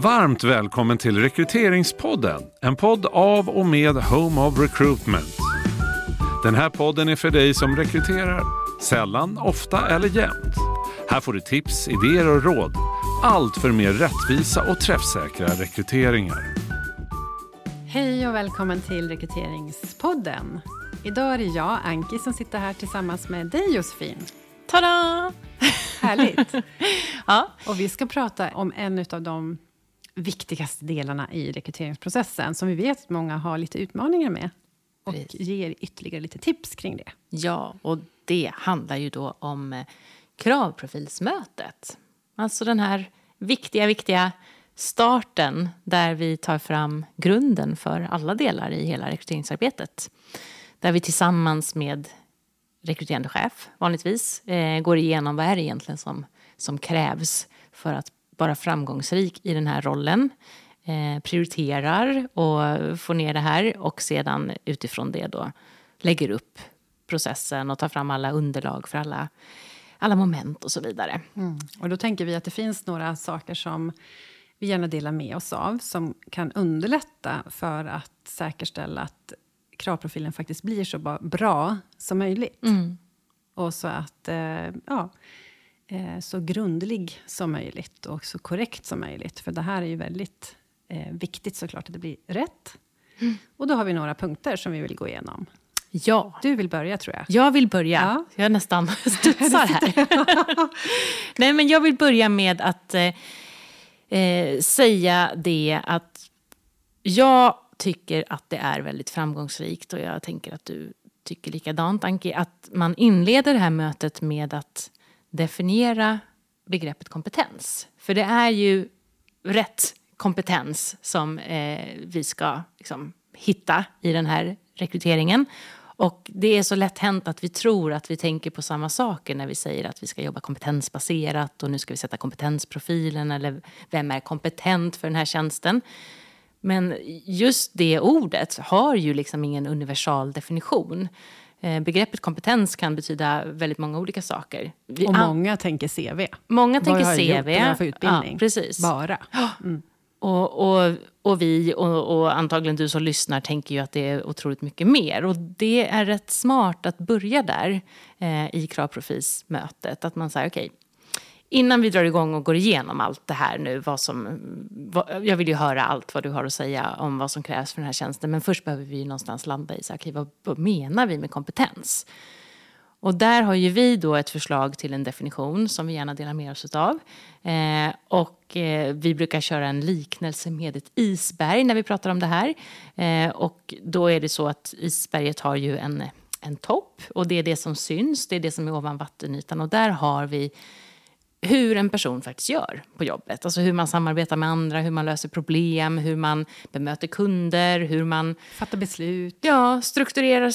Varmt välkommen till Rekryteringspodden, en podd av och med Home of Recruitment. Den här podden är för dig som rekryterar, sällan, ofta eller jämt. Här får du tips, idéer och råd, allt för mer rättvisa och träffsäkra rekryteringar. Hej och välkommen till Rekryteringspodden. Idag är det jag, Anki, som sitter här tillsammans med dig, Josefin. Tada! Härligt! Ja. Och vi ska prata om en av de viktigaste delarna i rekryteringsprocessen som vi vet att många har lite utmaningar med. Och ger ytterligare lite tips kring det. Ja, och det handlar ju då om kravprofilsmötet. Alltså den här viktiga starten där vi tar fram grunden för alla delar i hela rekryteringsarbetet. Där vi tillsammans med rekryterande chef vanligtvis går igenom vad är det egentligen som krävs för att vara framgångsrik i den här rollen. Prioriterar och får ner det här och sedan utifrån det då lägger upp processen och tar fram alla underlag för alla moment och så vidare. Och då tänker vi att det finns några saker som vi gärna delar med oss av som kan underlätta för att säkerställa att kravprofilen faktiskt blir så bra som möjligt. Och så att så grundlig som möjligt och så korrekt som möjligt. För det här är ju väldigt viktigt såklart att det blir rätt. Och då har vi några punkter som vi vill gå igenom. Ja. Du vill börja, tror jag. Jag vill börja. Ja. Jag nästan studsar här. Nej, men jag vill börja med att säga det att jag tycker att det är väldigt framgångsrikt och jag tänker att du tycker likadant, Anki, att man inleder det här mötet med att definiera begreppet kompetens. För det är ju rätt kompetens som vi ska liksom hitta i den här rekryteringen. Och det är så lätt hänt att vi tror att vi tänker på samma saker när vi säger att vi ska jobba kompetensbaserat och nu ska vi sätta kompetensprofilen eller vem är kompetent för den här tjänsten. Men just det ordet har ju liksom ingen universal definition. Begreppet kompetens kan betyda väldigt många olika saker. Och många tänker CV. Många tänker CV. CV. Vad har jag för utbildning? Ja, precis. Bara. Och vi och antagligen du som lyssnar tänker ju att det är otroligt mycket mer. Och det är rätt smart att börja där i kravprofilsmötet. Att man säger okej. Innan vi drar igång och går igenom allt det här nu, jag vill ju höra allt vad du har att säga om vad som krävs för den här tjänsten. Men först behöver vi ju någonstans landa i, så okej, vad menar vi med kompetens? Och där har ju vi då ett förslag till en definition som vi gärna delar med oss av. Vi brukar köra en liknelse med ett isberg när vi pratar om det här. Och då är det så att isberget har ju en topp och det är det som syns, det är det som är ovan vattenytan. Och där har vi hur en person faktiskt gör på jobbet. Alltså hur man samarbetar med andra, hur man löser problem, hur man bemöter kunder, hur man fattar beslut. Ja, strukturerar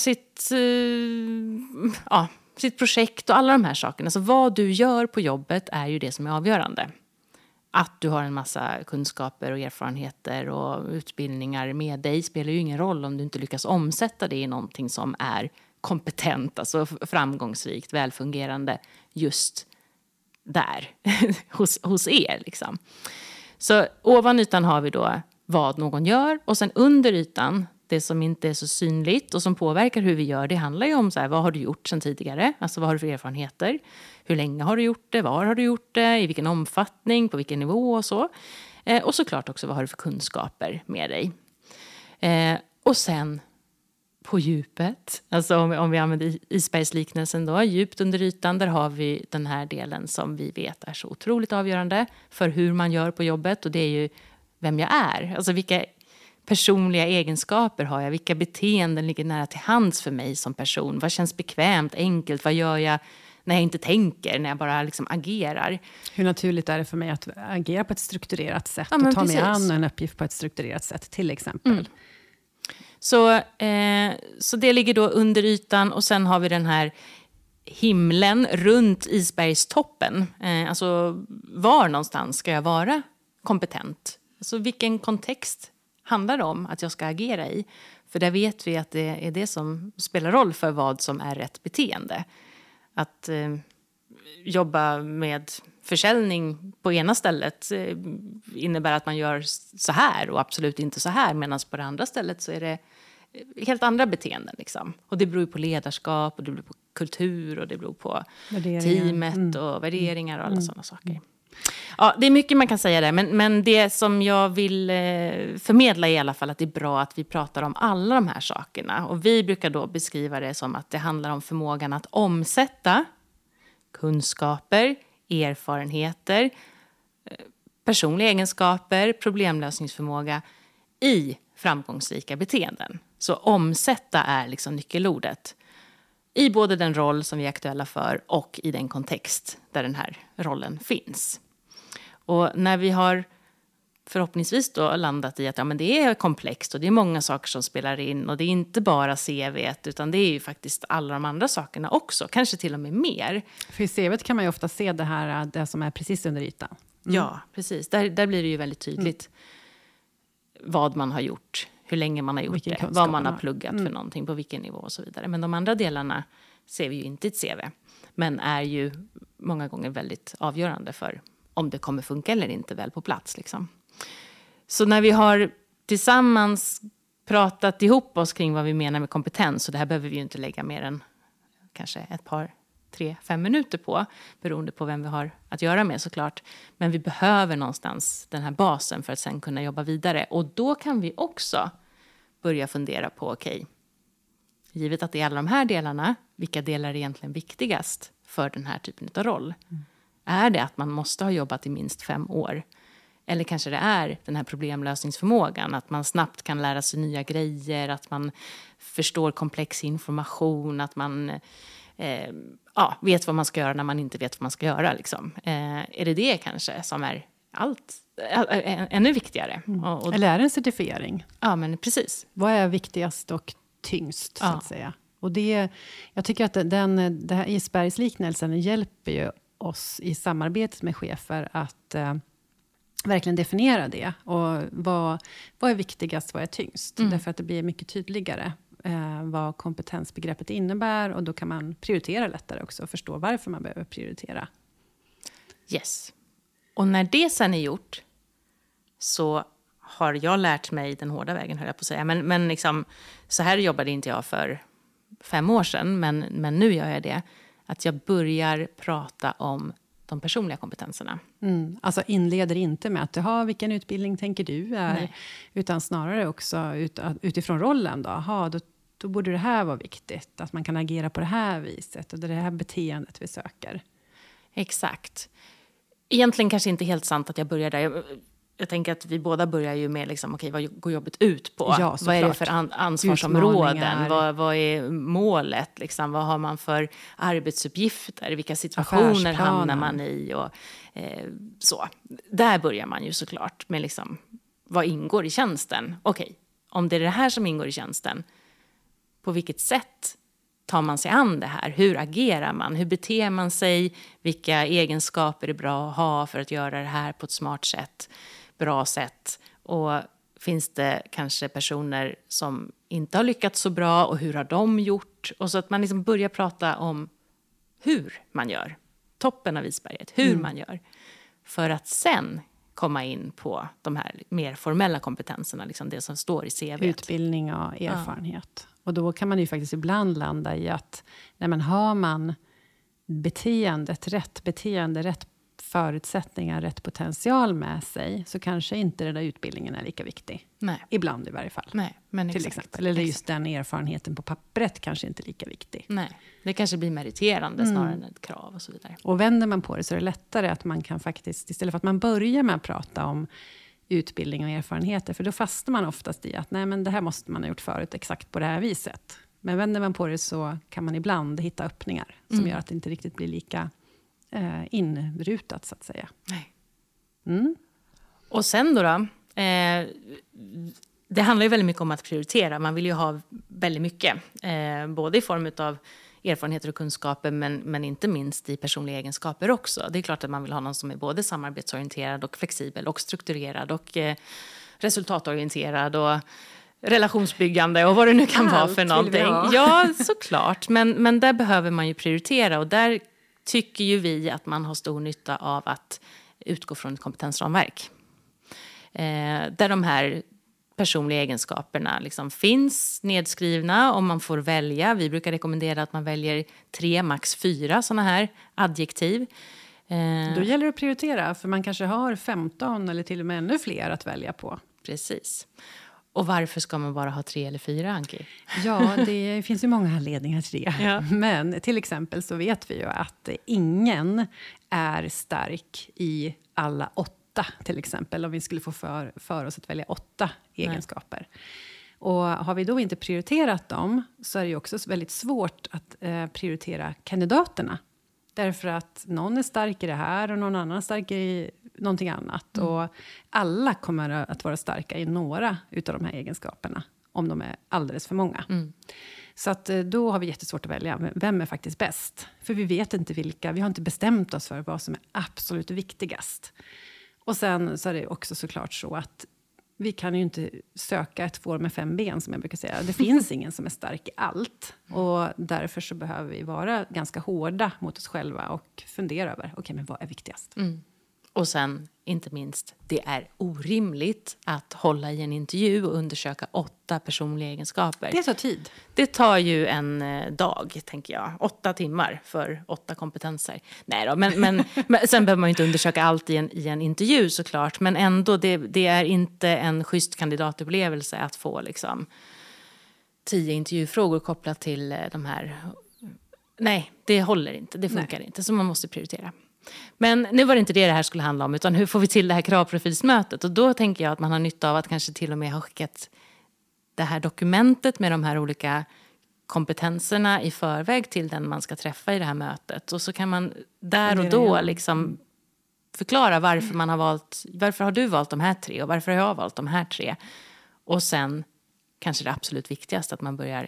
sitt projekt och alla de här sakerna. Så vad du gör på jobbet är ju det som är avgörande. Att du har en massa kunskaper och erfarenheter och utbildningar med dig spelar ju ingen roll om du inte lyckas omsätta det i någonting som är kompetent, alltså framgångsrikt, välfungerande just där hos er liksom. Så ovan ytan har vi då vad någon gör och sen under ytan det som inte är så synligt och som påverkar hur vi gör, det handlar ju om så här, vad har du gjort sedan tidigare? Alltså vad har du för erfarenheter? Hur länge har du gjort det? Var har du gjort det? I vilken omfattning? På vilken nivå och så? Och såklart också vad har du för kunskaper med dig? Och sen på djupet, alltså om vi använder isbergsliknelsen då, djupt under ytan, där har vi den här delen som vi vet är så otroligt avgörande för hur man gör på jobbet, och det är ju vem jag är. Alltså vilka personliga egenskaper har jag, vilka beteenden ligger nära till hands för mig som person, vad känns bekvämt, enkelt, vad gör jag när jag inte tänker, när jag bara liksom agerar. Hur naturligt är det för mig att agera på ett strukturerat sätt och ta mig an en uppgift på ett strukturerat sätt till exempel. Så det ligger då under ytan och sen har vi den här himlen runt isbergstoppen. Alltså var någonstans ska jag vara kompetent? Alltså vilken kontext handlar det om att jag ska agera i? För där vet vi att det är det som spelar roll för vad som är rätt beteende. Att jobba med försäljning på ena stället innebär att man gör så här och absolut inte så här. Medan på det andra stället så är det helt andra beteenden. Liksom. Och det beror på ledarskap och det beror på kultur och det beror på teamet och värderingar och alla sådana saker. Ja, det är mycket man kan säga där. Men det som jag vill förmedla är i alla fall att det är bra att vi pratar om alla de här sakerna. Och vi brukar då beskriva det som att det handlar om förmågan att omsätta kunskaper, erfarenheter, personliga egenskaper, problemlösningsförmåga i framgångsrika beteenden. Så omsätta är liksom nyckelordet. I både den roll som vi är aktuella för och i den kontext där den här rollen finns. Och när vi har förhoppningsvis då landat i att men det är komplext och det är många saker som spelar in och det är inte bara CV:t utan det är ju faktiskt alla de andra sakerna också, kanske till och med mer. För i CV:t kan man ju ofta se det som är precis under ytan. Ja, precis. Där blir det ju väldigt tydligt vad man har gjort, hur länge man har gjort det, vad man har pluggat för någonting, på vilken nivå och så vidare. Men de andra delarna ser vi ju inte i ett CV, men är ju många gånger väldigt avgörande för om det kommer funka eller inte väl på plats. Liksom. Så när vi har tillsammans pratat ihop oss kring vad vi menar med kompetens, och det här behöver vi ju inte lägga mer än kanske 3-5 minuter på, beroende på vem vi har att göra med såklart. Men vi behöver någonstans den här basen för att sen kunna jobba vidare. Och då kan vi också börja fundera på, okej, givet att det är alla de här delarna, vilka delar är egentligen viktigast för den här typen av roll? Är det att man måste ha jobbat i minst 5 år? Eller kanske det är den här problemlösningsförmågan, att man snabbt kan lära sig nya grejer, att man förstår komplex information, att man vet vad man ska göra när man inte vet vad man ska göra. Liksom. Är det kanske som är ännu viktigare? Eller är det en certifiering? Ja, men precis. Vad är viktigast och tyngst, så att säga? Och jag tycker att den här isbergsliknelsen hjälper ju oss i samarbetet med chefer att verkligen definiera det. Och vad är viktigast, vad är tyngst? Därför att det blir mycket tydligare vad kompetensbegreppet innebär. Och då kan man prioritera lättare också och förstå varför man behöver prioritera. Yes. Och när det sen är gjort så har jag lärt mig den hårda vägen, höll jag på att säga. Men liksom, så här jobbade inte jag för 5 år sedan, men nu gör jag det. Att jag börjar prata om de personliga kompetenserna. Alltså inleder inte med att vilken utbildning tänker du är? Nej. Utan snarare också utifrån rollen. Då borde det här vara viktigt. Att man kan agera på det här viset. Och det är det här beteendet vi söker. Exakt. Egentligen kanske inte helt sant att jag börjar där. Jag tänker att vi båda börjar ju med liksom, okej, vad går jobbet ut på? Ja, vad är det för ansvarsområden? Vad är målet? Liksom? Vad har man för arbetsuppgifter? Vilka situationer hamnar man i? Och, så. Där börjar man ju såklart med liksom, vad ingår i tjänsten? Okej, om det är det här som ingår i tjänsten, på vilket sätt tar man sig an det här? Hur agerar man? Hur beter man sig? Vilka egenskaper är bra att ha för att göra det här på ett smart sätt? Bra sätt. Och finns det kanske personer som inte har lyckats så bra? Och hur har de gjort? Och så att man liksom börjar prata om hur man gör. Toppen av isberget. Hur man gör. För att sen komma in på de här mer formella kompetenserna. Liksom det som står i CV. Utbildning och erfarenhet. Ja. Och då kan man ju faktiskt ibland landa i att har man rätt beteende, rätt förutsättningar, rätt potential med sig, så kanske inte den där utbildningen är lika viktig. Nej. Ibland i varje fall. Nej, men till exempel. Eller just den erfarenheten på pappret kanske inte är lika viktig. Nej, det kanske blir meriterande snarare än ett krav och så vidare. Och vänder man på det så är det lättare att man kan faktiskt, istället för att man börjar med att prata om utbildning och erfarenheter, för då fastnar man oftast i att det här måste man ha gjort förut exakt på det här viset. Men vänder man på det så kan man ibland hitta öppningar som gör att det inte riktigt blir lika inrutat, så att säga. Nej. Och sen då det handlar ju väldigt mycket om att prioritera. Man vill ju ha väldigt mycket, både i form av erfarenheter och kunskaper, men inte minst i personliga egenskaper också. Det är klart att man vill ha någon som är både samarbetsorienterad och flexibel och strukturerad och resultatorienterad och relationsbyggande och vad det nu kan vara för någonting. Ja, såklart. Men där behöver man ju prioritera, och där tycker ju vi att man har stor nytta av att utgå från ett kompetensramverk. Där de här personliga egenskaperna liksom finns nedskrivna och man får välja. Vi brukar rekommendera att man väljer 3, max 4 sådana här adjektiv. Då gäller det att prioritera, för man kanske har 15 eller till och med ännu fler att välja på. Precis. Och varför ska man bara ha 3 eller 4, Anki? Ja, det finns ju många anledningar till det. Ja. Men till exempel så vet vi ju att ingen är stark i alla 8 till exempel. Om vi skulle få för oss att välja 8 egenskaper. Och har vi då inte prioriterat dem så är det ju också väldigt svårt att prioritera kandidaterna. Därför att någon är stark i det här och någon annan är stark i någonting annat. Och alla kommer att vara starka i några utav de här egenskaperna. Om de är alldeles för många. Så att då har vi jättesvårt att välja. Vem är faktiskt bäst? För vi vet inte vilka. Vi har inte bestämt oss för vad som är absolut viktigast. Och sen så är det också såklart så att vi kan ju inte söka ett får med 5 ben som jag brukar säga. Det finns ingen som är stark i allt. Och därför så behöver vi vara ganska hårda mot oss själva och fundera över, okej, men vad är viktigast? Och sen, inte minst, det är orimligt att hålla i en intervju och undersöka 8 personliga egenskaper. Det tar tid. Det tar ju en dag, tänker jag. 8 timmar för 8 kompetenser. Nej då, men sen behöver man ju inte undersöka allt i en intervju såklart. Men ändå, det är inte en schysst kandidatupplevelse att få liksom 10 intervjufrågor kopplat till de här. Nej, det håller inte. Det funkar inte. Så man måste prioritera. Men nu var det inte det här skulle handla om, utan hur får vi till det här kravprofilsmötet? Och då tänker jag att man har nytta av att kanske till och med ha skickat det här dokumentet med de här olika kompetenserna i förväg till den man ska träffa i det här mötet. Och så kan man där och då liksom förklara varför har du valt de här 3 och varför har jag valt de här 3. Och sen kanske det absolut viktigaste, att man börjar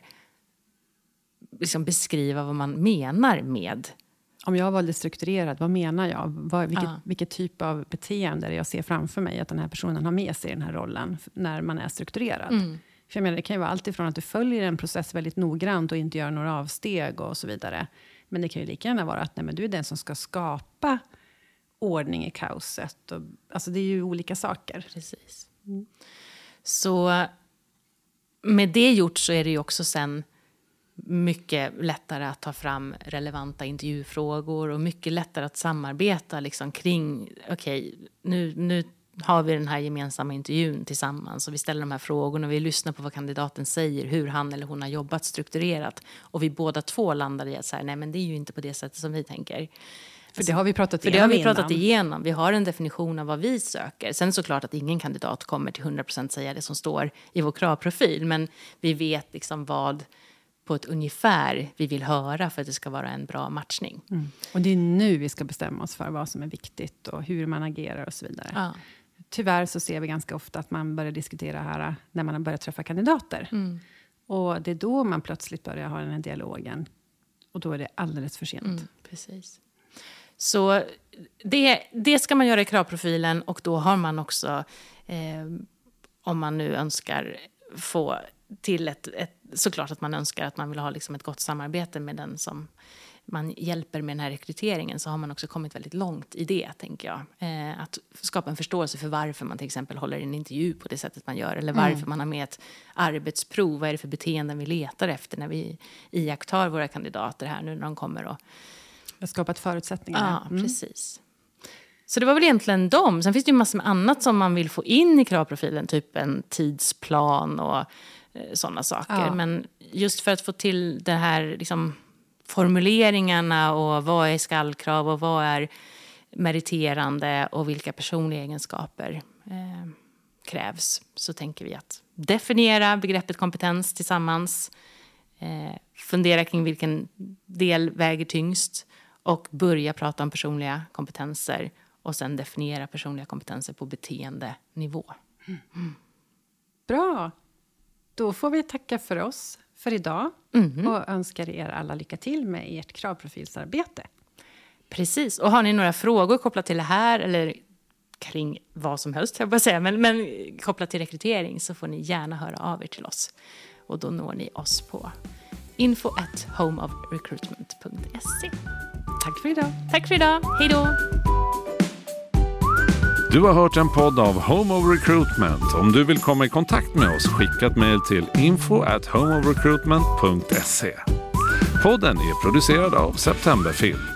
liksom beskriva vad man menar med. Om jag valde strukturerad, vad menar jag? Vilket typ av beteende jag ser framför mig att den här personen har med sig i den här rollen när man är strukturerad. För jag menar, det kan ju vara allt ifrån att du följer en process väldigt noggrant och inte gör några avsteg och så vidare. Men det kan ju lika gärna vara att du är den som ska skapa ordning i kaoset. Alltså det är ju olika saker. Precis. Så med det gjort så är det ju också sen mycket lättare att ta fram relevanta intervjufrågor och mycket lättare att samarbeta liksom kring, okej, nu har vi den här gemensamma intervjun tillsammans och vi ställer de här frågorna och vi lyssnar på vad kandidaten säger, hur han eller hon har jobbat strukturerat och vi båda två landar i att säga, nej men det är ju inte på det sättet som vi tänker. För det har vi pratat igenom. Vi har en definition av vad vi söker. Sen såklart att ingen kandidat kommer till 100% säga det som står i vår kravprofil, men vi vet liksom vad på ett ungefär vi vill höra för att det ska vara en bra matchning. Och det är nu vi ska bestämma oss för vad som är viktigt och hur man agerar och så vidare. Ja. Tyvärr så ser vi ganska ofta att man börjar diskutera här när man har börjat träffa kandidater. Och det är då man plötsligt börjar ha den här dialogen. Och då är det alldeles för sent. Precis. Så det ska man göra i kravprofilen, och då har man också, om man nu önskar få till ett såklart att man önskar att man vill ha liksom ett gott samarbete med den som man hjälper med den här rekryteringen, så har man också kommit väldigt långt i det, tänker jag. Att skapa en förståelse för varför man till exempel håller en intervju på det sättet man gör, eller varför man har med ett arbetsprov. Vad är det för beteenden vi letar efter när vi iakttar våra kandidater här nu när de kommer och har skapat förutsättningar. Ja, precis. Så det var väl egentligen dem. Sen finns det ju massor med annat som man vill få in i kravprofilen, typ en tidsplan och sådana saker. Ja. Men just för att få till det här liksom, formuleringarna och vad är skallkrav och vad är meriterande och vilka personliga egenskaper krävs, så tänker vi att definiera begreppet kompetens tillsammans, fundera kring vilken del väger tyngst och börja prata om personliga kompetenser och sen definiera personliga kompetenser på beteendenivå. Bra! Då får vi tacka för oss för idag och önskar er alla lycka till med ert kravprofilsarbete. Precis, och har ni några frågor kopplat till det här eller kring vad som helst, jag bara säga, men kopplat till rekrytering, så får ni gärna höra av er till oss. Och då når ni oss på info@homeofrecruitment.se. Tack för idag. Tack för idag. Hej då. Du har hört en podd av Home of Recruitment. Om du vill komma i kontakt med oss, skicka ett mejl till info@homeofrecruitment.se. Podden är producerad av Septemberfilm.